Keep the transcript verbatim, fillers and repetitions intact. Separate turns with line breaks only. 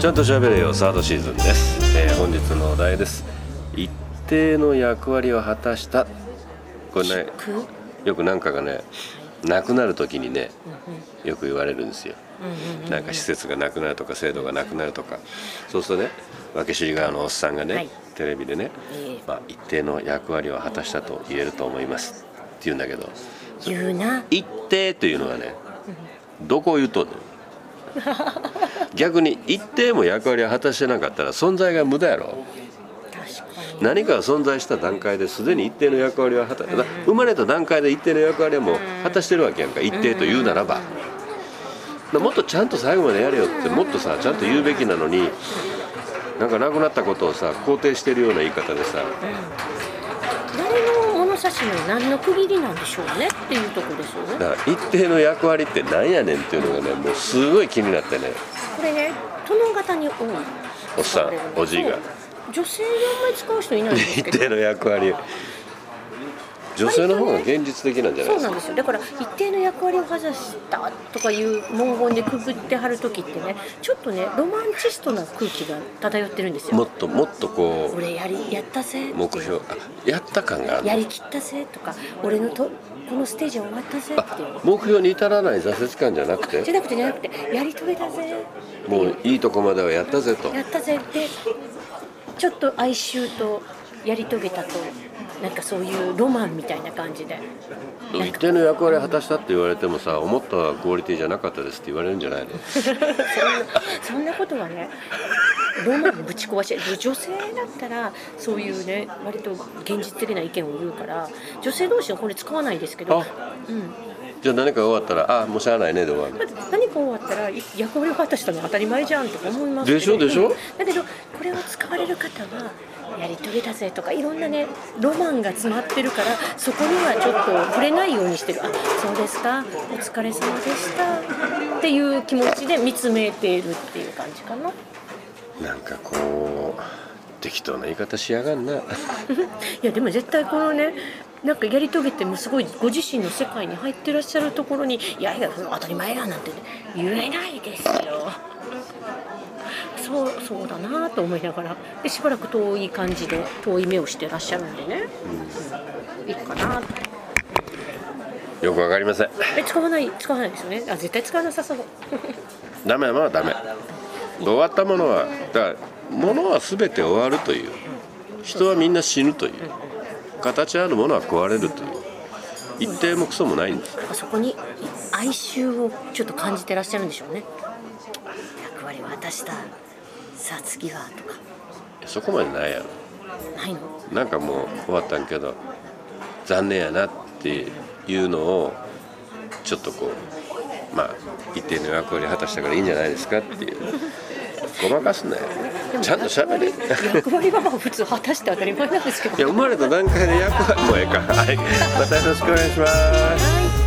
ちゃんと喋れよサードシーズンです、えー、本日のお題です。一定の役割を果たした。これね、よくなんかがねなくなる時にねよく言われるんですよ。なんか施設がなくなるとか制度がなくなるとか、そうするとね分け知り側のおっさんがね、はい、テレビでね、まあ、一定の役割を果たしたと言えると思いますって言うんだけど、
言うな。
一定というのはねどこを言うとんねん。逆に一定も役割を果たしてなかったら存在が無駄やろ。何かが存在した段階ですでに一定の役割を果た、うんうん、生まれた段階で一定の役割はもう果たしてるわけやんか、一定というならば。もっとちゃんと最後までやれよってもっとさちゃんと言うべきなのに、なんかなくなったことをさ肯定してるような言い方でさ、
うん、誰の物差しの何の区切りなんでしょうねっていうところですよね。
だから一定の役割って何やねんっていうのがねもうすごい気になってね。
これね殿方に多い
おっさんおじいが
女性であんまり使う人いないんですけど
一定の役割女性の方が現実的なんじゃないですか。
そうなんですよ。だから一定の役割を果たしたとかいう文言でくぐってはる時ってねちょっとねロマンチストな空気が漂ってるんですよ。
もっともっとこう
俺やりやったぜ
目標やった感がある、
やりきったぜとか俺のとこのステージは終わったぜっていう
目標に至らない挫折感じゃなくて
じゃなくてじゃなくてやり遂げたぜ
もういいとこまではやったぜと
やったぜってちょっと哀愁とやり遂げたとなんかそういうロマンみたいな感じで
一定の役割を果たしたって言われてもさ思ったクオリティじゃなかったですって言われるんじゃないの
そんなそんなことはねロマンぶち壊して女性だったらそういうね割と現実的な意見を言うから女性同士はこれ使わないですけど、うん、
じゃあ何か終わったらあもうしゃあないねで終わる。
何か終わったら役割を果たしたのは当たり前じゃんとか思いますけど、
でしょでしょ。
だけどこれを使われる方はやり遂げたぜとかいろんなねロマンが詰まってるからそこにはちょっと触れないようにしてる。あ、そうですかお疲れ様でしたっていう気持ちで見つめているっていう感じかな。
なんかこう適当な言い方しやがんな。い
やでも絶対このねなんかやり遂げてもすごいご自身の世界に入ってらっしゃるところにいやいや当たり前やなんて、ね、言えないですよ。そうそうだなと思いながらでしばらく遠い感じで遠い目をしてらっしゃるんでね、うんうん、いいかなと。
よくわかりません。
え使わない使わないですよね。あ絶対使わなさそう。
ダメなものはダメ。終わったものはだから物は全て終わるという、人はみんな死ぬという、形あるものは壊れるという一定もクソもないんです。
そこに哀愁をちょっと感じてらっしゃるんでしょうね。役割を果たしたさあ次はとか
そこまでないやろ。
ないの。
なんかもう終わったんけど残念やなっていうのをちょっとこうまあ一定の役割果たしたからいいんじゃないですかっていうごまかすなよ。ちゃんとしゃべれ。
役割は普通果たして当たり前なんですけど。
いや生まれた段階で役割もええか。はい、またよろしくお願いします。はい。